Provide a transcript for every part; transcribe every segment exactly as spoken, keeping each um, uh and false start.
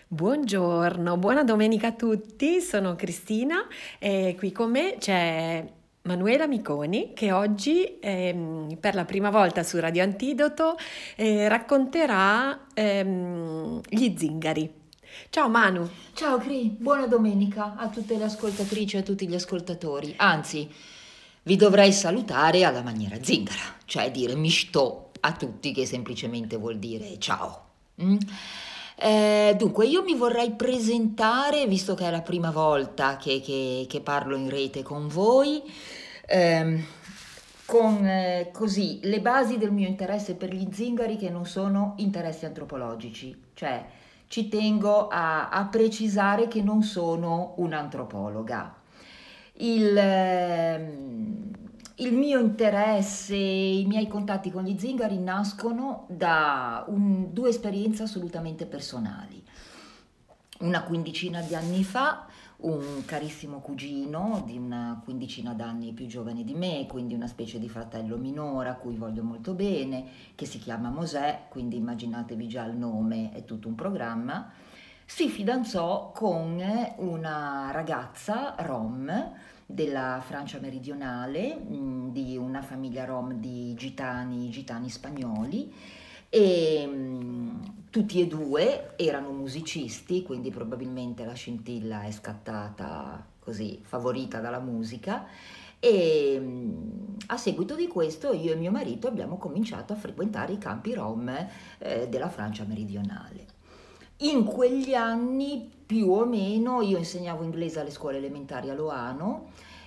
Buongiorno, buona domenica a tutti, sono Cristina e qui con me c'è Manuela Miconi che oggi ehm, per la prima volta su Radio Antidoto eh, racconterà ehm, gli zingari. Ciao Manu. Ciao Cri, buona domenica a tutte le ascoltatrici e a tutti gli ascoltatori. Anzi, vi dovrei salutare alla maniera zingara, cioè dire mi sto a tutti, che semplicemente vuol dire ciao. Mm? Eh, dunque, io mi vorrei presentare, visto che è la prima volta che, che- che parlo in rete con voi, ehm, con eh, così le basi del mio interesse per gli zingari, che non sono interessi antropologici, cioè ci tengo a, a precisare che non sono un'antropologa. Il, ehm, il mio interesse, i miei contatti con gli zingari nascono da un- due esperienze assolutamente personali. Una quindicina di anni fa, un carissimo cugino di una quindicina d'anni più giovane di me, quindi una specie di fratello minore a cui voglio molto bene, che si chiama Mosè, quindi immaginatevi già il nome, è tutto un programma, si fidanzò con una ragazza rom della Francia meridionale, mh, di una famiglia rom di gitani, gitani spagnoli, e mh, tutti e due erano musicisti, quindi probabilmente la scintilla è scattata così, favorita dalla musica. E mh, a seguito di questo io e mio marito abbiamo cominciato a frequentare i campi rom eh, della Francia meridionale. In quegli anni più o meno io insegnavo inglese alle scuole elementari a Loano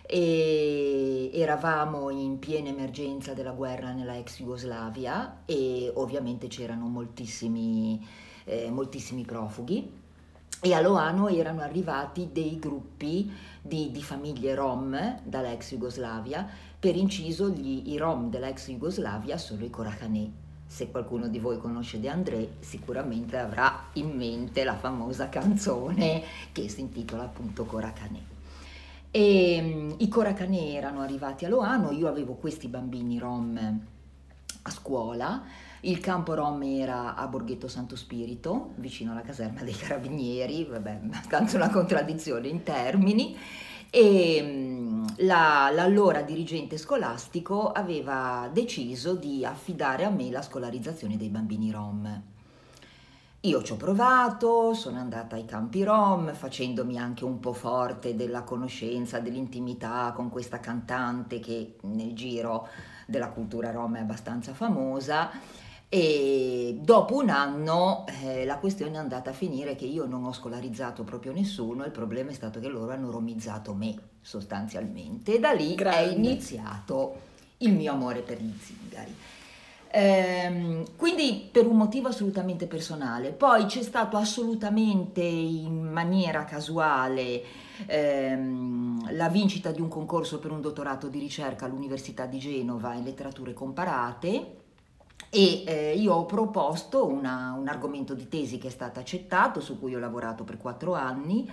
e eravamo in piena emergenza della guerra nella ex Jugoslavia e ovviamente c'erano moltissimi, eh, moltissimi profughi. E a Loano erano arrivati dei gruppi di, di famiglie rom dall'ex Jugoslavia, per inciso gli, i rom dell'ex Jugoslavia sono i Korakanè. Se qualcuno di voi conosce De André sicuramente avrà in mente la famosa canzone che si intitola appunto Korakanè. E mh, i Korakanè erano arrivati a Loano, io avevo questi bambini rom a scuola, il campo rom era a Borghetto Santo Spirito, vicino alla caserma dei carabinieri, vabbè, tanto una contraddizione in termini, e mh, la- l'allora dirigente scolastico aveva deciso di affidare a me la scolarizzazione dei bambini rom. Io ci ho provato, sono andata ai campi rom, facendomi anche un po' forte della conoscenza, dell'intimità con questa cantante che nel giro della cultura rom è abbastanza famosa, e dopo un anno eh, la questione è andata a finire che io non ho scolarizzato proprio nessuno, il problema è stato che loro hanno romizzato me sostanzialmente, e da lì è Grande. iniziato il mio amore per gli zingari. Ehm, quindi per un motivo assolutamente personale. Poi c'è stato assolutamente in maniera casuale ehm, la vincita di un concorso per un dottorato di ricerca all'Università di Genova in letterature comparate, e eh, io ho proposto una- un argomento di tesi che è stato accettato, su cui ho lavorato per quattro anni,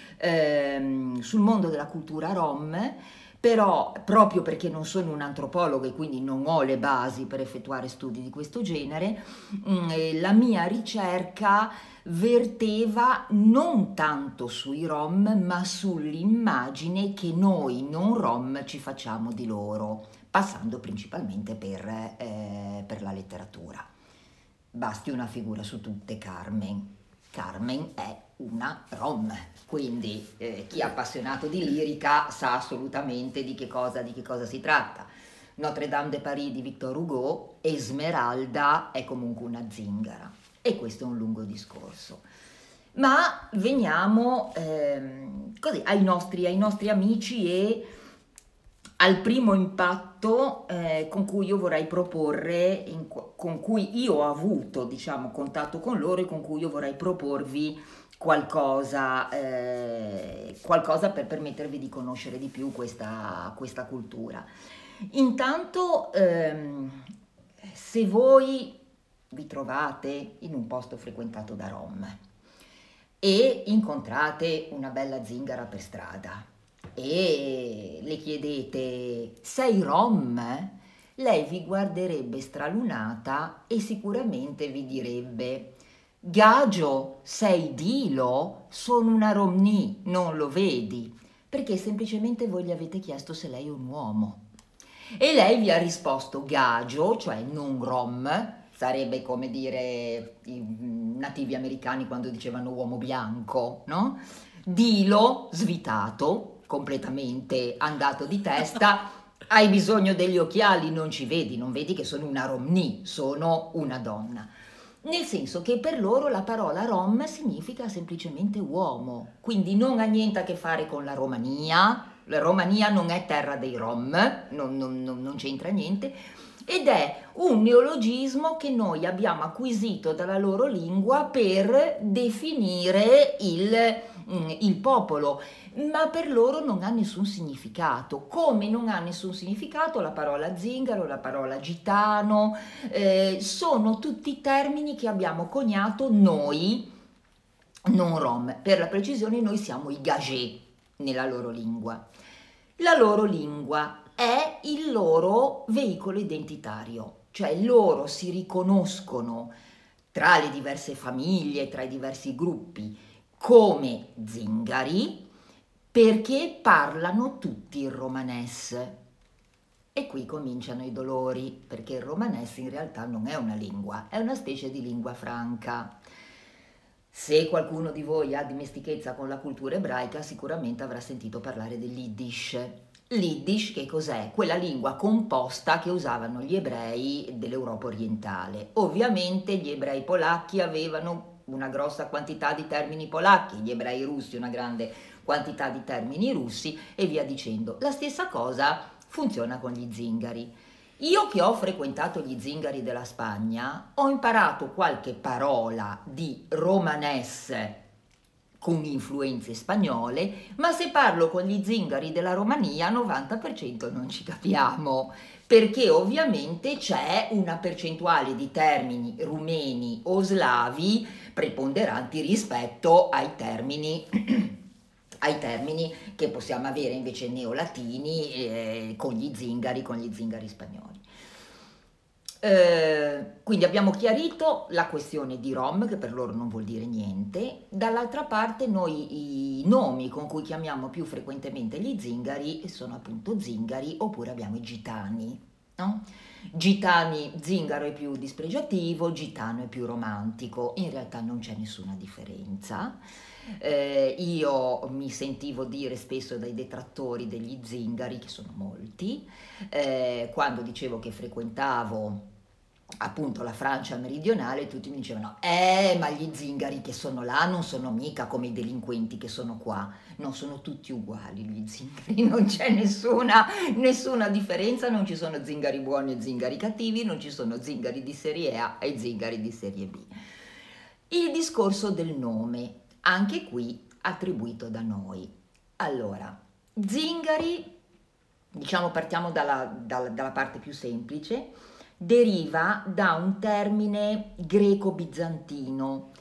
ehm, sul mondo della cultura rom, però proprio perché non sono un antropologo e quindi non ho le basi per effettuare studi di questo genere, mm, eh, la mia ricerca verteva non tanto sui rom, ma sull'immagine che noi non rom ci facciamo di loro, passando principalmente per, eh, per la letteratura. Basti una figura su tutte, Carmen. Carmen è una rom, quindi eh, chi è appassionato di lirica sa assolutamente di che cosa, di che cosa si tratta. Notre Dame de Paris di Victor Hugo, Esmeralda è comunque una zingara, e questo è un lungo discorso. Ma veniamo ehm, così ai nostri, ai nostri amici e al primo impatto eh, con cui io vorrei proporre, in cu- con cui io ho avuto, diciamo, contatto con loro, e con cui io vorrei proporvi qualcosa, eh, qualcosa per permettervi di conoscere di più questa, questa cultura. Intanto, ehm, se voi vi trovate in un posto frequentato da rom e incontrate una bella zingara per strada e le chiedete sei rom? Lei vi guarderebbe stralunata e sicuramente vi direbbe Gagio, sei Dilo, sono una Romnì, non lo vedi? Perché semplicemente voi gli avete chiesto se lei è un uomo. E lei vi ha risposto Gagio, cioè non Rom, sarebbe come dire i nativi americani quando dicevano uomo bianco, no? Dilo, svitato, completamente andato di testa, hai bisogno degli occhiali, non ci vedi, non vedi che sono una Romnì, sono una donna. Nel senso che per loro la parola Rom significa semplicemente uomo, quindi non ha niente a che fare con la Romania, la Romania non è terra dei Rom, non, non, non, non c'entra niente, ed è un neologismo che noi abbiamo acquisito dalla loro lingua per definire il, il popolo, ma per loro non ha nessun significato, come non ha nessun significato la parola zingaro, la parola gitano, eh, sono tutti termini che abbiamo coniato noi, non rom, per la precisione noi siamo i gagé nella loro lingua. La loro lingua è il loro veicolo identitario, cioè loro si riconoscono tra le diverse famiglie, tra i diversi gruppi, come zingari, perché parlano tutti il romanès. E qui cominciano i dolori, perché il romanès in realtà non è una lingua, è una specie di lingua franca. Se qualcuno di voi ha dimestichezza con la cultura ebraica, sicuramente avrà sentito parlare dell'Yiddish. L'Yiddish che cos'è? Quella lingua composta che usavano gli ebrei dell'Europa orientale. Ovviamente gli ebrei polacchi avevano una grossa quantità di termini polacchi, gli ebrei russi una grande quantità di termini russi e via dicendo. La stessa cosa funziona con gli zingari. Io che ho frequentato gli zingari della Spagna ho imparato qualche parola di romanès con influenze spagnole, ma se parlo con gli zingari della Romania novanta per cento non ci capiamo, perché ovviamente c'è una percentuale di termini rumeni o slavi preponderanti rispetto ai termini ai termini che possiamo avere invece neolatini eh, con gli zingari, con gli zingari spagnoli. Eh, quindi abbiamo chiarito la questione di Rom, che per loro non vuol dire niente. Dall'altra parte noi i nomi con cui chiamiamo più frequentemente gli zingari sono appunto zingari, oppure abbiamo i gitani, no? Gitani, zingaro è più dispregiativo, gitano è più romantico, in realtà non c'è nessuna differenza. Eh, io mi sentivo dire spesso dai detrattori degli zingari, che sono molti, eh, quando dicevo che frequentavo appunto la Francia meridionale, tutti mi dicevano eh ma gli zingari che sono là non sono mica come i delinquenti che sono qua, non sono tutti uguali gli zingari, non c'è nessuna, nessuna differenza, non ci sono zingari buoni e zingari cattivi, non ci sono zingari di serie A e zingari di serie B. Il discorso del nome, anche qui attribuito da noi. Allora, zingari, diciamo partiamo dalla, dalla, dalla parte più semplice, deriva da un termine greco-bizantino,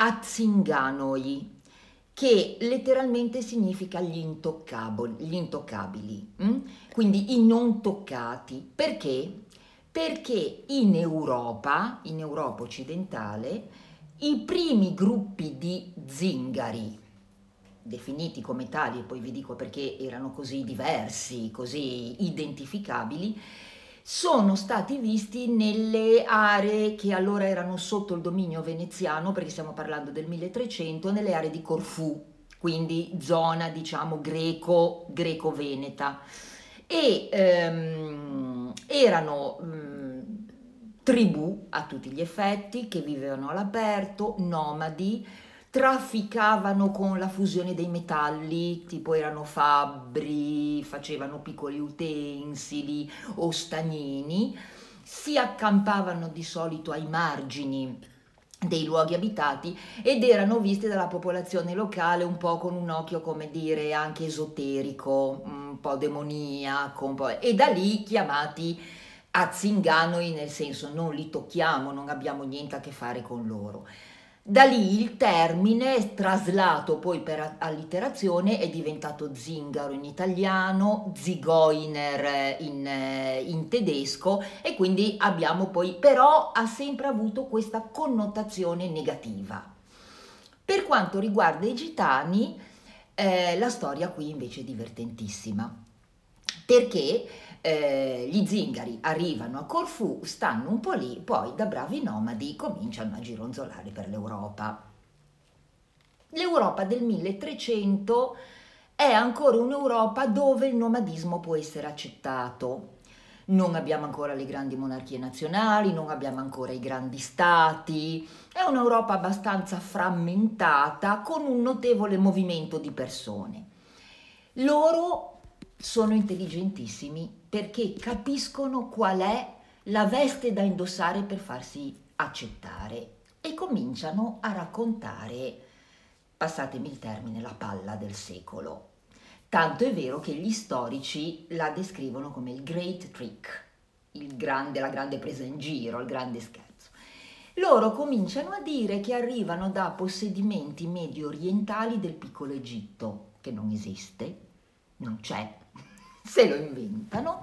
azinganoi, che letteralmente significa gli intoccabili, gli intoccabili, hm? Quindi i non toccati. Perché? Perché in Europa, in Europa occidentale, i primi gruppi di zingari, definiti come tali, e poi vi dico perché erano così diversi, così identificabili, sono stati visti nelle aree che allora erano sotto il dominio veneziano, perché stiamo parlando del milletrecento, nelle aree di Corfù, quindi zona diciamo greco, greco-veneta, e ehm, erano mh, tribù a tutti gli effetti che vivevano all'aperto, nomadi, trafficavano con la fusione dei metalli, tipo erano fabbri, facevano piccoli utensili o stagnini, si accampavano di solito ai margini dei luoghi abitati ed erano visti dalla popolazione locale un po' con un occhio, come dire, anche esoterico, un po' demoniaco, un po', e da lì chiamati azinganoi, nel senso non li tocchiamo, non abbiamo niente a che fare con loro. Da lì il termine, traslato poi per allitterazione, è diventato zingaro in italiano, Zigeuner in, eh, in tedesco, e quindi abbiamo poi, però ha sempre avuto questa connotazione negativa. Per quanto riguarda i gitani, eh, la storia qui invece è divertentissima, perché eh, gli zingari arrivano a Corfù, stanno un po' lì, poi da bravi nomadi cominciano a gironzolare per l'Europa. L'Europa del milletrecento è ancora un'Europa dove il nomadismo può essere accettato. Non abbiamo ancora le grandi monarchie nazionali, non abbiamo ancora i grandi stati, è un'Europa abbastanza frammentata con un notevole movimento di persone. Loro sono intelligentissimi perché capiscono qual è la veste da indossare per farsi accettare e cominciano a raccontare, passatemi il termine, la palla del secolo. Tanto è vero che gli storici la descrivono come il great trick, il grande, la grande presa in giro, il grande scherzo. Loro cominciano a dire che arrivano da possedimenti medio orientali del piccolo Egitto, che non esiste, non c'è, se lo inventano,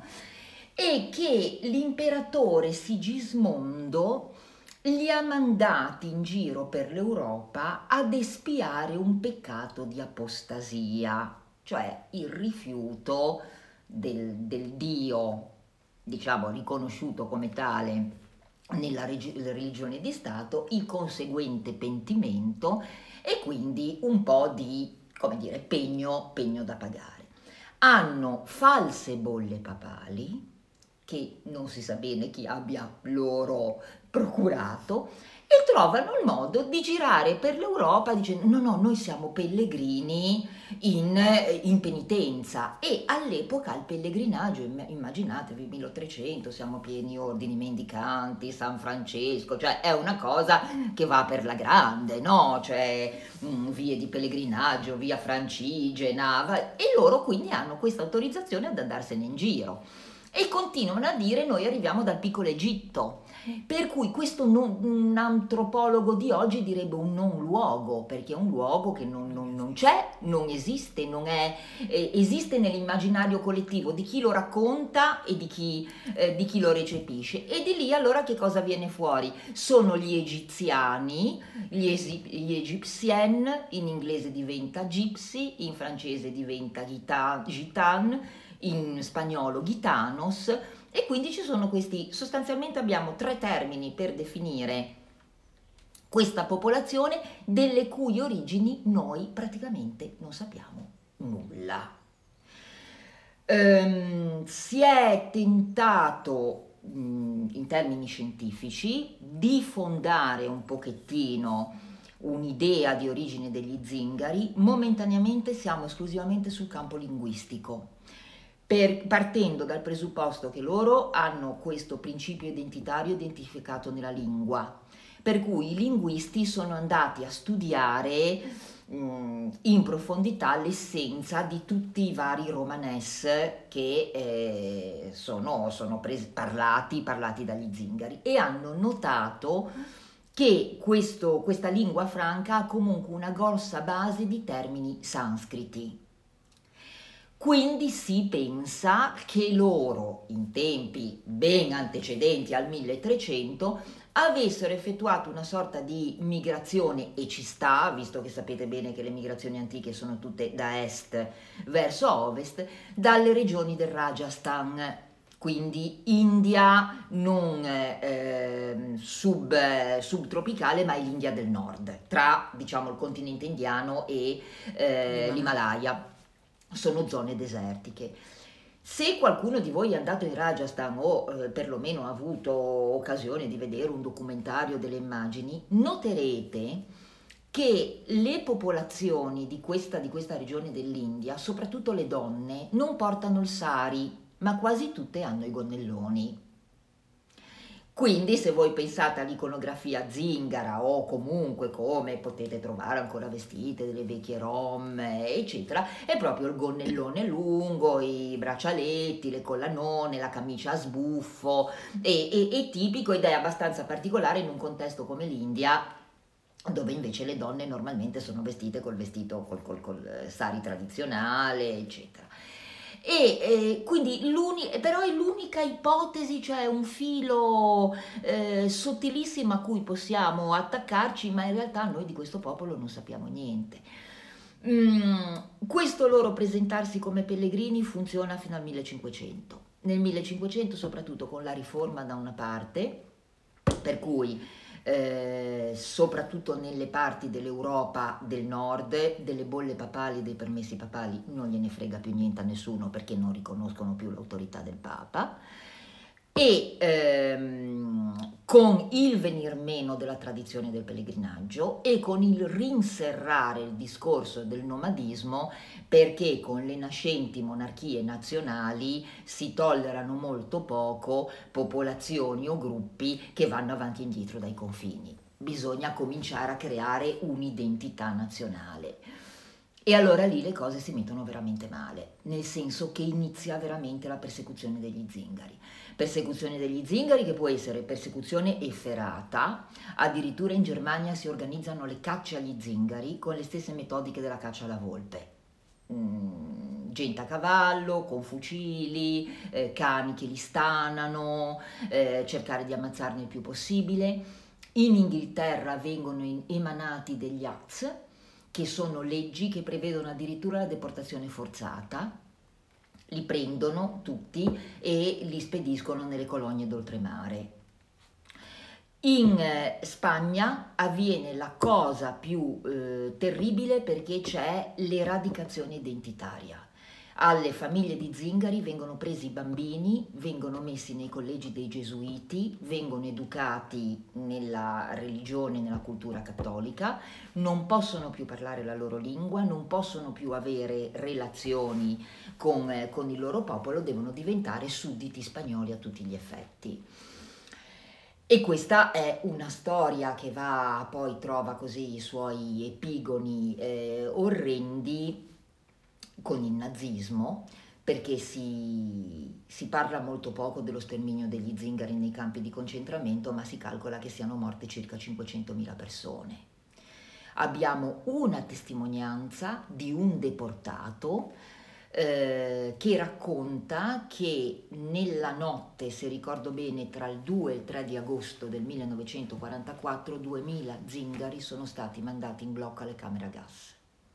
e che l'imperatore Sigismondo li ha mandati in giro per l'Europa ad espiare un peccato di apostasia, cioè il rifiuto del, del Dio, diciamo, riconosciuto come tale nella reg- religione di Stato, il conseguente pentimento e quindi un po' di, come dire, pegno, pegno da pagare. Hanno false bolle papali, che non si sa bene chi abbia loro procurato, e trovano il modo di girare per l'Europa dicendo no, no, noi siamo pellegrini in, in penitenza. E all'epoca il pellegrinaggio, immaginatevi, milletrecento, siamo pieni ordini mendicanti, San Francesco, cioè è una cosa che va per la grande, no? Cioè mh, vie di pellegrinaggio, via Francigena, e loro quindi hanno questa autorizzazione ad andarsene in giro. E continuano a dire noi arriviamo dal piccolo Egitto, per cui questo non, un antropologo di oggi direbbe un non luogo, perché è un luogo che non, non, non c'è, non esiste, non è, eh, esiste nell'immaginario collettivo di chi lo racconta e di chi, eh, di chi lo recepisce. E di lì allora che cosa viene fuori? Sono gli egiziani, gli, esi, gli Egyptiens, in inglese diventa gypsy, in francese diventa gitan, gitan, in spagnolo gitanos, e quindi ci sono questi, sostanzialmente abbiamo tre termini per definire questa popolazione delle cui origini noi praticamente non sappiamo nulla. Ehm, si è tentato mh, in termini scientifici di fondare un pochettino un'idea di origine degli zingari. Momentaneamente siamo esclusivamente sul campo linguistico, Per, partendo dal presupposto che loro hanno questo principio identitario identificato nella lingua, per cui i linguisti sono andati a studiare mh, in profondità l'essenza di tutti i vari romanes che eh, sono, sono pres- parlati, parlati dagli zingari, e hanno notato che questo, questa lingua franca ha comunque una grossa base di termini sanscriti. Quindi si pensa che loro, in tempi ben antecedenti al milletrecento, avessero effettuato una sorta di migrazione, e ci sta, visto che sapete bene che le migrazioni antiche sono tutte da est verso ovest, dalle regioni del Rajasthan, quindi India non eh, sub, subtropicale, ma è l'India del nord, tra diciamo il continente indiano e eh, l'Himalaya. Sono zone desertiche. Se qualcuno di voi è andato in Rajasthan o eh, perlomeno ha avuto occasione di vedere un documentario delle immagini, noterete che le popolazioni di questa, di questa regione dell'India, soprattutto le donne, non portano il sari, ma quasi tutte hanno i gonnelloni. Quindi se voi pensate all'iconografia zingara, o comunque come potete trovare ancora vestite delle vecchie rom, eccetera, è proprio il gonnellone lungo, i braccialetti, le collanone, la camicia a sbuffo, e, e, è tipico ed è abbastanza particolare in un contesto come l'India, dove invece le donne normalmente sono vestite col vestito, col, col, col sari tradizionale, eccetera. E eh, quindi l'uni- però è l'unica ipotesi, cioè un filo eh, sottilissimo a cui possiamo attaccarci, ma in realtà noi di questo popolo non sappiamo niente. Mm, questo loro presentarsi come pellegrini funziona fino al millecinquecento. Nel millecinquecento, soprattutto con la riforma da una parte, per cui eh, soprattutto nelle parti dell'Europa del nord, delle bolle papali, dei permessi papali, non gliene frega più niente a nessuno perché non riconoscono più l'autorità del Papa. E ehm, con il venir meno della tradizione del pellegrinaggio e con il rinserrare il discorso del nomadismo, perché con le nascenti monarchie nazionali si tollerano molto poco popolazioni o gruppi che vanno avanti e indietro dai confini. Bisogna cominciare a creare un'identità nazionale. E allora lì le cose si mettono veramente male, nel senso che inizia veramente la persecuzione degli zingari. Persecuzione degli zingari che può essere persecuzione efferata, addirittura in Germania si organizzano le cacce agli zingari con le stesse metodiche della caccia alla volpe. Mm, gente a cavallo, con fucili, eh, cani che li stanano, eh, cercare di ammazzarne il più possibile. In Inghilterra vengono in- emanati degli acts, che sono leggi che prevedono addirittura la deportazione forzata, li prendono tutti e li spediscono nelle colonie d'oltremare. In eh, Spagna avviene la cosa più eh, terribile perché c'è l'eradicazione identitaria. Alle famiglie di zingari vengono presi i bambini, vengono messi nei collegi dei gesuiti, vengono educati nella religione, nella cultura cattolica, non possono più parlare la loro lingua, non possono più avere relazioni con, eh, con il loro popolo, devono diventare sudditi spagnoli a tutti gli effetti. E questa è una storia che va, poi trova così i suoi epigoni eh, orrendi con il nazismo, perché si, si parla molto poco dello sterminio degli zingari nei campi di concentramento, ma si calcola che siano morte circa cinquecentomila persone. Abbiamo una testimonianza di un deportato eh, che racconta che nella notte, se ricordo bene, tra il due e il tre di agosto del millenovecentoquarantaquattro, duemila zingari sono stati mandati in blocco alle camere a gas.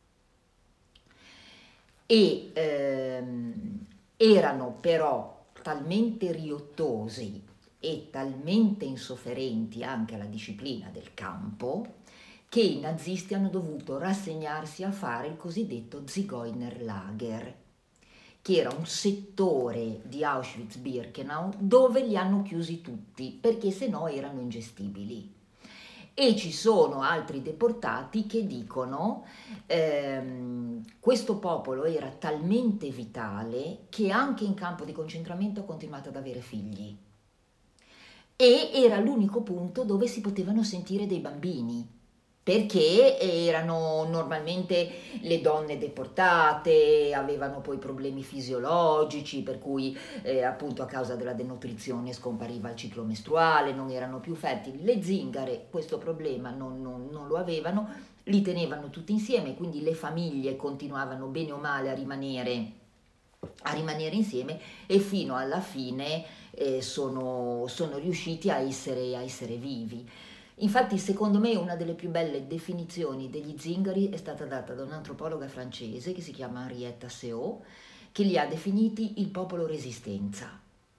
E ehm, erano però talmente riottosi e talmente insofferenti anche alla disciplina del campo che i nazisti hanno dovuto rassegnarsi a fare il cosiddetto Zigeunerlager, che era un settore di Auschwitz-Birkenau dove li hanno chiusi tutti perché sennò erano ingestibili. E ci sono altri deportati che dicono ehm, questo popolo era talmente vitale che anche in campo di concentramento ha continuato ad avere figli e era l'unico punto dove si potevano sentire dei bambini, perché erano normalmente le donne deportate, avevano poi problemi fisiologici, per cui eh, appunto a causa della denutrizione scompariva il ciclo mestruale, non erano più fertili. Le zingare questo problema non, non, non lo avevano, li tenevano tutti insieme, quindi le famiglie continuavano bene o male a rimanere, a rimanere insieme e fino alla fine eh, sono, sono riusciti a essere, a essere vivi. Infatti, secondo me, una delle più belle definizioni degli zingari è stata data da un'antropologa francese che si chiama Henrietta Seo, che li ha definiti il popolo resistenza.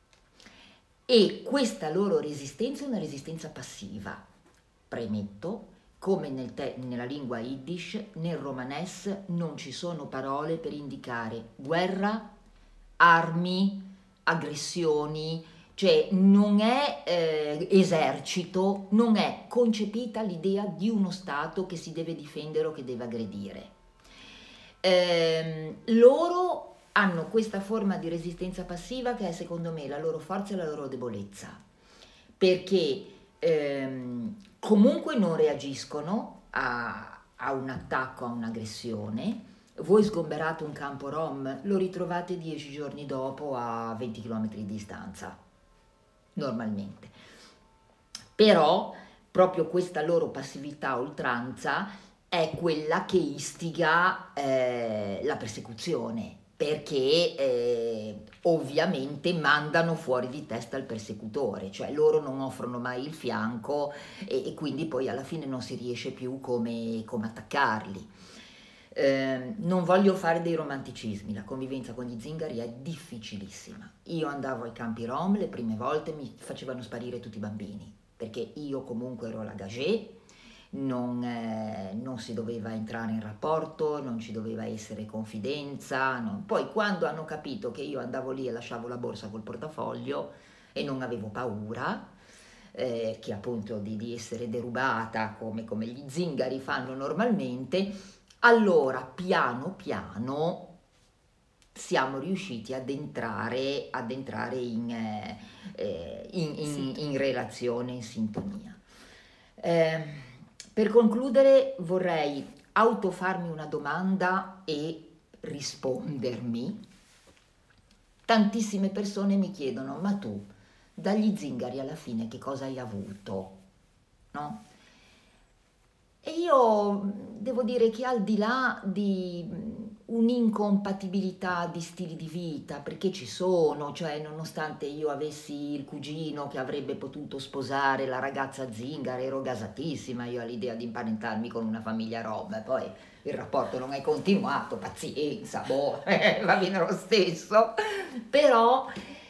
E questa loro resistenza è una resistenza passiva. Premetto, come nel te- nella lingua Yiddish, nel romanes non ci sono parole per indicare guerra, armi, aggressioni, cioè non è eh, esercito, non è concepita l'idea di uno Stato che si deve difendere o che deve aggredire. Ehm, loro hanno questa forma di resistenza passiva che è secondo me la loro forza e la loro debolezza, perché ehm, comunque non reagiscono a, a un attacco, a un'aggressione. Voi sgomberate un campo rom, lo ritrovate dieci giorni dopo a venti chilometri di distanza, normalmente. Però proprio questa loro passività a oltranza è quella che istiga eh, la persecuzione, perché eh, ovviamente mandano fuori di testa il persecutore, cioè loro non offrono mai il fianco e, e quindi poi alla fine non si riesce più come, come attaccarli. Eh, non voglio fare dei romanticismi, la convivenza con gli zingari è difficilissima. Io andavo ai campi rom, le prime volte mi facevano sparire tutti i bambini, perché io comunque ero la gagé, non, eh, non si doveva entrare in rapporto, non ci doveva essere confidenza. Non. Poi quando hanno capito che io andavo lì e lasciavo la borsa col portafoglio e non avevo paura, eh, che appunto di, di essere derubata come, come gli zingari fanno normalmente, allora piano piano siamo riusciti ad entrare, ad entrare in, eh, in, in, in relazione, in sintonia. Eh, per concludere vorrei autofarmi una domanda e rispondermi. Tantissime persone mi chiedono: ma tu dagli zingari alla fine che cosa hai avuto? No? E io devo dire che al di là di un'incompatibilità di stili di vita, perché ci sono, cioè nonostante io avessi il cugino che avrebbe potuto sposare la ragazza zingara, ero gasatissima io all'idea di imparentarmi con una famiglia rom, poi il rapporto non è continuato, pazienza, boh, va bene lo stesso, però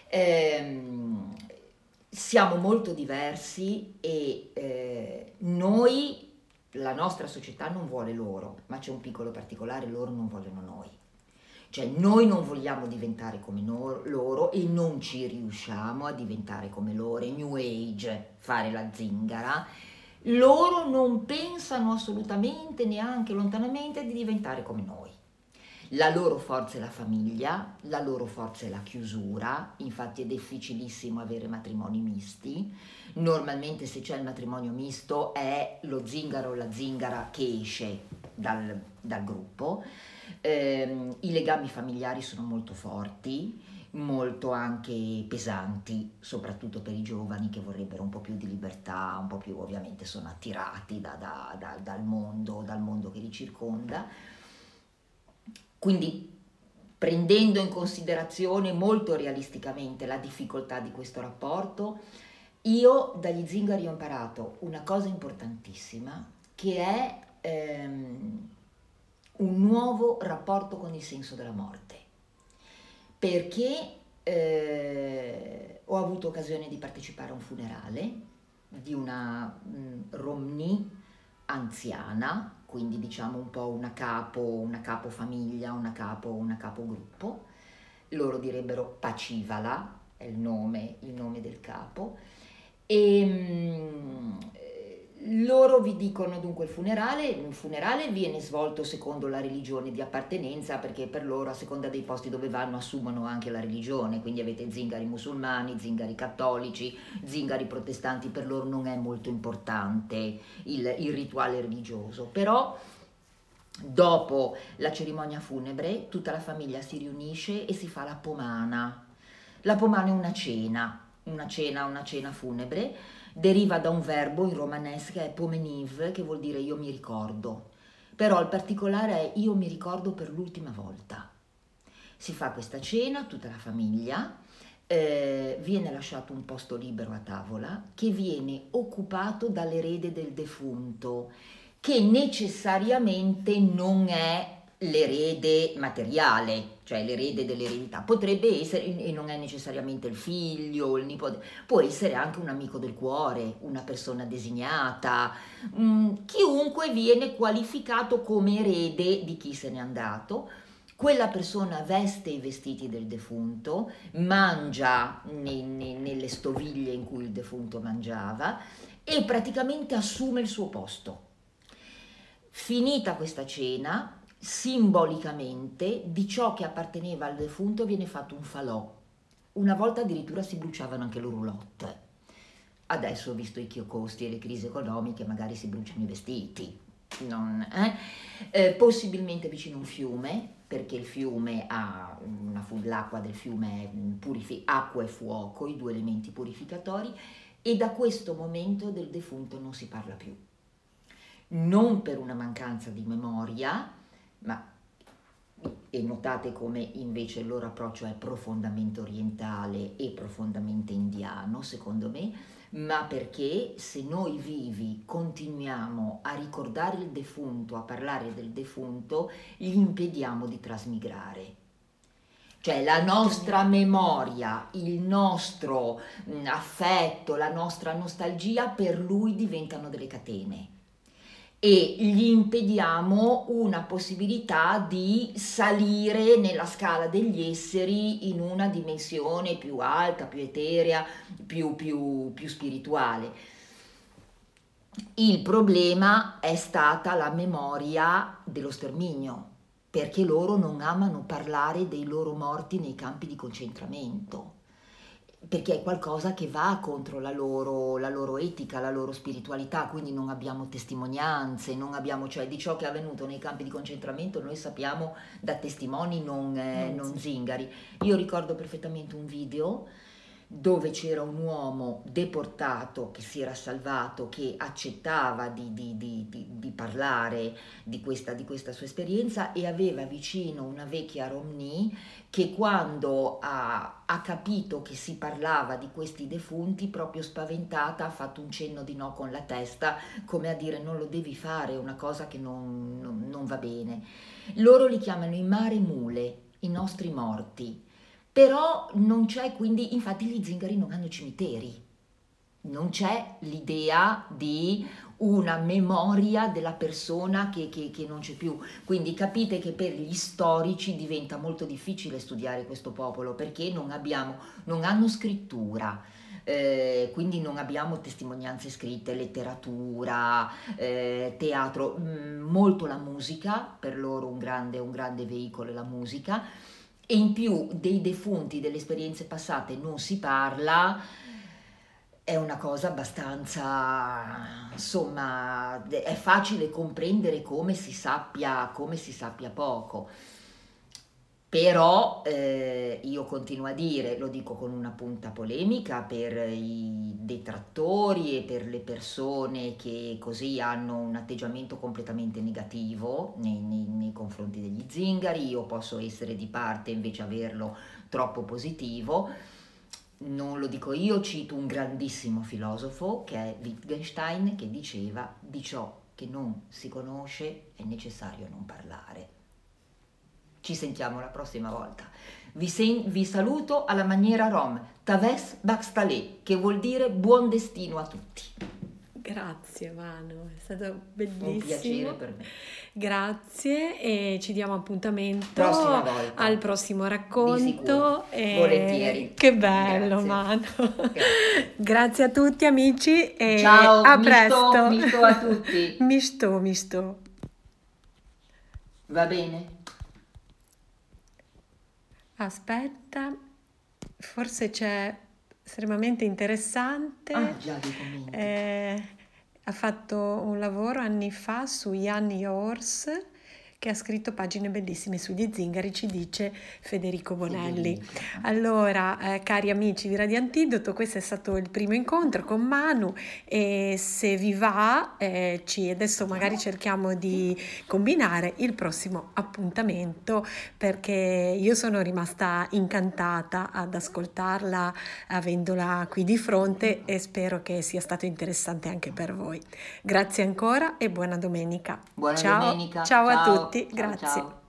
ehm, siamo molto diversi e eh, noi... La nostra società non vuole loro, ma c'è un piccolo particolare: loro non vogliono noi. Cioè noi non vogliamo diventare come no- loro e non ci riusciamo a diventare come loro, è New Age fare la zingara. Loro non pensano assolutamente, neanche lontanamente, di diventare come noi. La loro forza è la famiglia, la loro forza è la chiusura, infatti è difficilissimo avere matrimoni misti. Normalmente se c'è il matrimonio misto è lo zingaro o la zingara che esce dal, dal gruppo. Eh, I legami familiari sono molto forti, molto anche pesanti, soprattutto per i giovani che vorrebbero un po' più di libertà, un po' più, ovviamente sono attirati da, da, da, dal mondo, dal mondo che li circonda. Quindi, prendendo in considerazione molto realisticamente la difficoltà di questo rapporto, io dagli zingari ho imparato una cosa importantissima, che è ehm, un nuovo rapporto con il senso della morte, perché eh, ho avuto occasione di partecipare a un funerale di una mh, Romni anziana, quindi diciamo un po' una capo, una capofamiglia, una capo, una capogruppo. Loro direbbero Pacivala, è il nome, il nome del capo. E mm, loro vi dicono dunque il funerale, il funerale viene svolto secondo la religione di appartenenza, perché per loro a seconda dei posti dove vanno assumono anche la religione, quindi avete zingari musulmani, zingari cattolici, zingari protestanti, per loro non è molto importante il, il rituale religioso, però dopo la cerimonia funebre tutta la famiglia si riunisce e si fa la pomana. La pomana è una cena, una cena, una cena funebre, deriva da un verbo in romanesco che è pomeniv, che vuol dire io mi ricordo, però il particolare è io mi ricordo per l'ultima volta. Si fa questa cena, tutta la famiglia, eh, viene lasciato un posto libero a tavola che viene occupato dall'erede del defunto, che necessariamente non è l'erede materiale, cioè l'erede dell'eredità, potrebbe essere, e non è necessariamente il figlio, il nipote, può essere anche un amico del cuore, una persona designata, mh, chiunque viene qualificato come erede di chi se n'è andato. Quella persona veste i vestiti del defunto, mangia ne, ne, nelle stoviglie in cui il defunto mangiava e praticamente assume il suo posto. Finita questa cena, simbolicamente di ciò che apparteneva al defunto viene fatto un falò. Una volta addirittura si bruciavano anche le roulotte. Adesso, visto i costi e le crisi economiche, magari si bruciano i vestiti. Non, eh? Eh, possibilmente vicino a un fiume, perché il fiume ha una, l'acqua del fiume è purifi- acqua e fuoco, i due elementi purificatori, e da questo momento del defunto non si parla più. Non per una mancanza di memoria, ma e notate come invece il loro approccio è profondamente orientale e profondamente indiano, secondo me, ma perché se noi vivi continuiamo a ricordare il defunto, a parlare del defunto, gli impediamo di trasmigrare. Cioè la nostra memoria, il nostro affetto, la nostra nostalgia per lui diventano delle catene e gli impediamo una possibilità di salire nella scala degli esseri in una dimensione più alta, più eterea, più, più, più spirituale. Il problema è stata la memoria dello sterminio, perché loro non amano parlare dei loro morti nei campi di concentramento, perché è qualcosa che va contro la loro, la loro etica, la loro spiritualità, quindi non abbiamo testimonianze, non abbiamo, cioè di ciò che è avvenuto nei campi di concentramento noi sappiamo da testimoni non, eh, non, non zingari. Io ricordo perfettamente un video dove c'era un uomo deportato che si era salvato, che accettava di, di, di, di, di parlare di questa, di questa sua esperienza e aveva vicino una vecchia Romney che quando ha, ha capito che si parlava di questi defunti, proprio spaventata, ha fatto un cenno di no con la testa, come a dire non lo devi fare, è una cosa che non, non, non va bene. Loro li chiamano i mare mule, i nostri morti. Però non c'è, quindi, infatti gli zingari non hanno cimiteri, non c'è l'idea di una memoria della persona che, che, che non c'è più, quindi capite che per gli storici diventa molto difficile studiare questo popolo perché non abbiamo, non hanno scrittura. Eh, quindi non abbiamo testimonianze scritte, letteratura, eh, teatro, mh, molto la musica, per loro un grande, un grande veicolo è la musica. E in più dei defunti, delle esperienze passate non si parla, è una cosa abbastanza, insomma, è facile comprendere come si sappia, come si sappia poco. Però eh, io continuo a dire, lo dico con una punta polemica per i detrattori e per le persone che così hanno un atteggiamento completamente negativo nei, nei, nei confronti degli zingari, io posso essere di parte e invece averlo troppo positivo. Non lo dico io, cito un grandissimo filosofo che è Wittgenstein che diceva: di ciò che non si conosce è necessario non parlare. Ci sentiamo la prossima volta. Vi, sen- vi saluto alla maniera rom, Taves Baxtalé, che vuol dire buon destino a tutti. Grazie Manu, è stato bellissimo. Un piacere per me. Grazie e ci diamo appuntamento Prossima volta. al prossimo racconto. E... Volentieri. Che bello, Grazie. Manu. Grazie. Grazie a tutti amici e Ciao, a mi presto. sto, mi sto a tutti. Mi sto, mi sto. Va bene? Aspetta, forse c'è estremamente interessante. Ah, già, dei commenti. Eh, ha fatto un lavoro anni fa su Jan Yours, che ha scritto pagine bellissime sugli zingari, ci dice Federico Bonelli. Federico. Allora, eh, cari amici di Radio Antidoto, questo è stato il primo incontro con Manu e se vi va, eh, ci, adesso magari cerchiamo di combinare il prossimo appuntamento, perché io sono rimasta incantata ad ascoltarla avendola qui di fronte e spero che sia stato interessante anche per voi. Grazie ancora e buona domenica. Buona ciao, domenica. Ciao, Ciao. a tutti, Ciao, grazie. ciao.